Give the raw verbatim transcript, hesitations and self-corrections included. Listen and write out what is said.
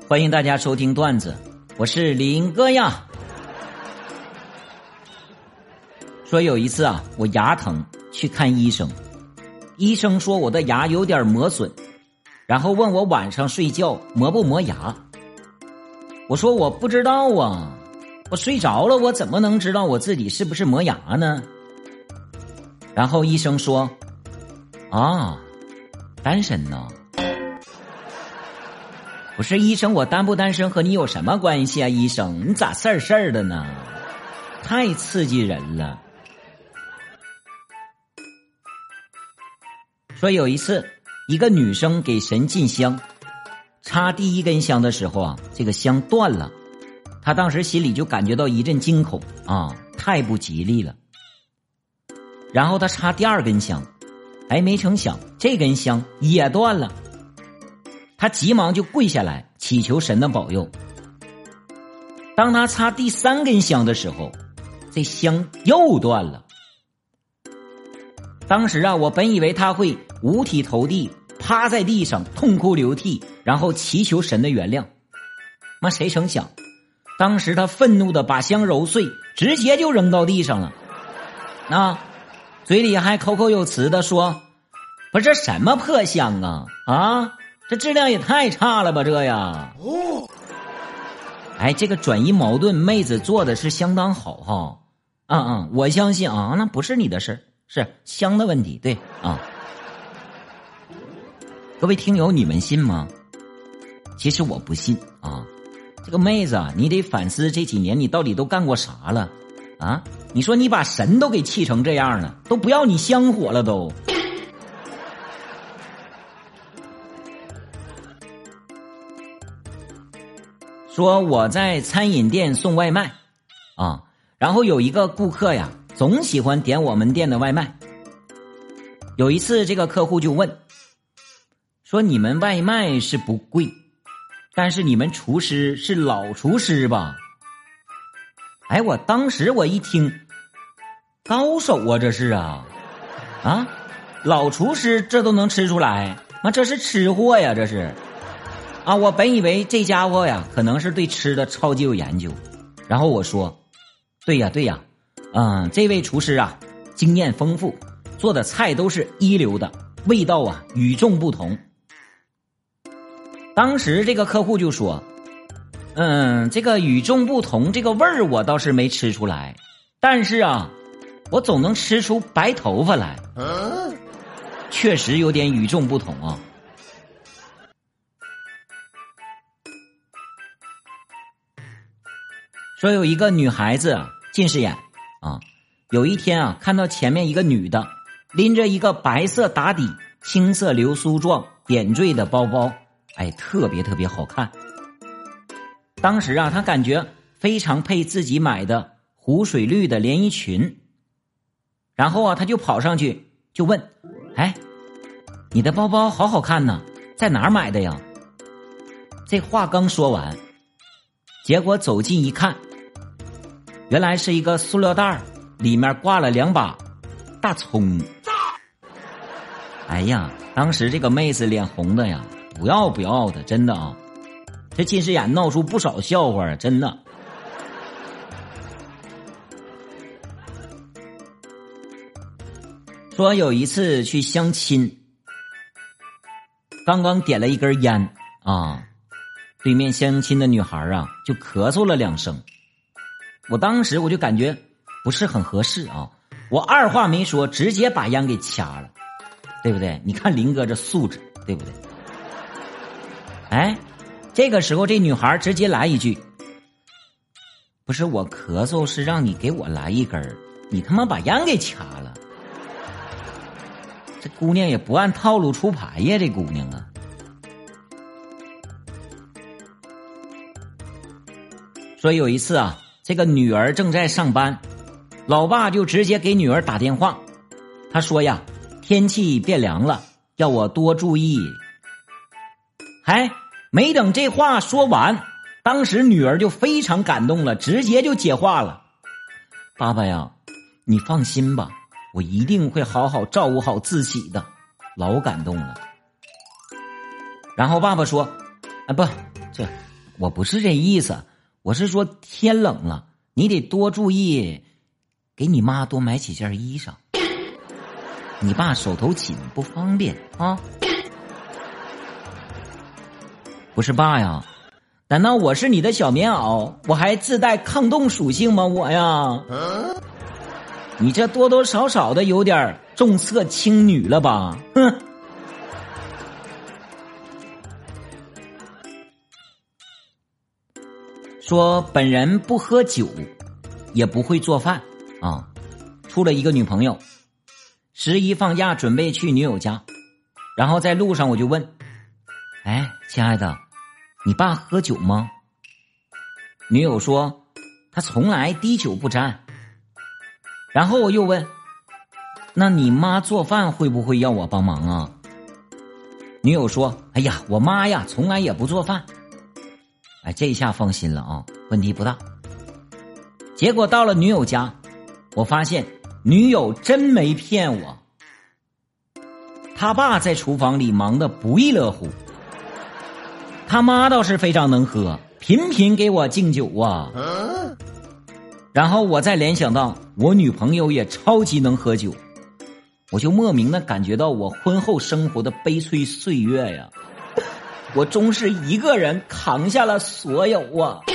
欢迎大家收听段子，我是林哥呀。说有一次啊，我牙疼去看医生，医生说我的牙有点磨损，然后问我晚上睡觉磨不磨牙。我说我不知道啊，我睡着了我怎么能知道我自己是不是磨牙呢？然后医生说啊，单身呢。不是医生，我单不单身和你有什么关系啊？医生，你咋事儿事儿的呢？太刺激人了。说有一次，一个女生给神进香，插第一根香的时候啊，这个香断了，她当时心里就感觉到一阵惊恐啊，太不吉利了。然后她插第二根香，哎，没成想这根香也断了。他急忙就跪下来祈求神的保佑。当他插第三根香的时候，这香又断了。当时啊，我本以为他会五体投地趴在地上痛哭流涕，然后祈求神的原谅。那谁成想，当时他愤怒的把香揉碎，直接就扔到地上了。啊，嘴里还口口有词的说：“不是这什么破香啊啊！”这质量也太差了吧，这呀！哦，哎，这个转移矛盾，妹子做的是相当好哈。嗯嗯，我相信啊，那不是你的事儿，是香的问题，对啊。各位听友，你们信吗？其实我不信啊。这个妹子啊，你得反思这几年你到底都干过啥了啊？你说你把神都给气成这样了，都不要你香火了都。说我在餐饮店送外卖啊，然后有一个顾客呀，总喜欢点我们店的外卖。有一次这个客户就问说，你们外卖是不贵，但是你们厨师是老厨师吧？哎，我当时我一听，高手啊这是啊啊，老厨师这都能吃出来，那这是吃货呀这是啊，我本以为这家伙呀可能是对吃的超级有研究，然后我说对呀对呀，嗯，这位厨师啊经验丰富，做的菜都是一流的，味道啊与众不同。当时这个客户就说，嗯，这个与众不同这个味儿我倒是没吃出来，但是啊我总能吃出白头发来，确实有点与众不同啊。说有一个女孩子近视眼啊，有一天啊，看到前面一个女的拎着一个白色打底、青色流苏状点缀的包包，哎，特别特别好看。当时啊，她感觉非常配自己买的湖水绿的连衣裙，然后啊，她就跑上去就问：“哎，你的包包好好看呢，在哪儿买的呀？”这话刚说完，结果走近一看，原来是一个塑料袋，里面挂了两把大葱。哎呀，当时这个妹子脸红的呀，不要不要的，真的啊，这近视眼闹出不少笑话，真的。说有一次去相亲，刚刚点了一根烟啊，对面相亲的女孩啊就咳嗽了两声。我当时我就感觉不是很合适啊，我二话没说直接把烟给掐了，对不对？你看林哥这素质，对不对？哎，这个时候这女孩直接来一句，不是我咳嗽是让你给我来一根，你他妈把烟给掐了。这姑娘也不按套路出牌呀，这姑娘啊。说有一次啊，这个女儿正在上班，老爸就直接给女儿打电话，他说呀，天气变凉了，要我多注意。还没等这话说完，当时女儿就非常感动了，直接就接话了，爸爸呀，你放心吧，我一定会好好照顾好自己的，老感动了。然后爸爸说啊，不，这我不是这意思，我是说天冷了，你得多注意，给你妈多买几件衣裳。你爸手头紧不方便啊。不是爸呀，难道我是你的小棉袄，我还自带抗冻属性吗？我呀，你这多多少少的有点重色轻女了吧？哼。说本人不喝酒，也不会做饭啊，处了一个女朋友。十一放假准备去女友家，然后在路上我就问：哎，亲爱的，你爸喝酒吗？女友说他从来滴酒不沾。然后我又问：那你妈做饭会不会要我帮忙啊？女友说：哎呀，我妈呀从来也不做饭。哎，这下放心了啊，问题不大。结果到了女友家，我发现女友真没骗我，他爸在厨房里忙得不亦乐乎，他妈倒是非常能喝，频频给我敬酒啊。然后我再联想到我女朋友也超级能喝酒，我就莫名的感觉到我婚后生活的悲催岁月呀，我终是一个人扛下了所有啊。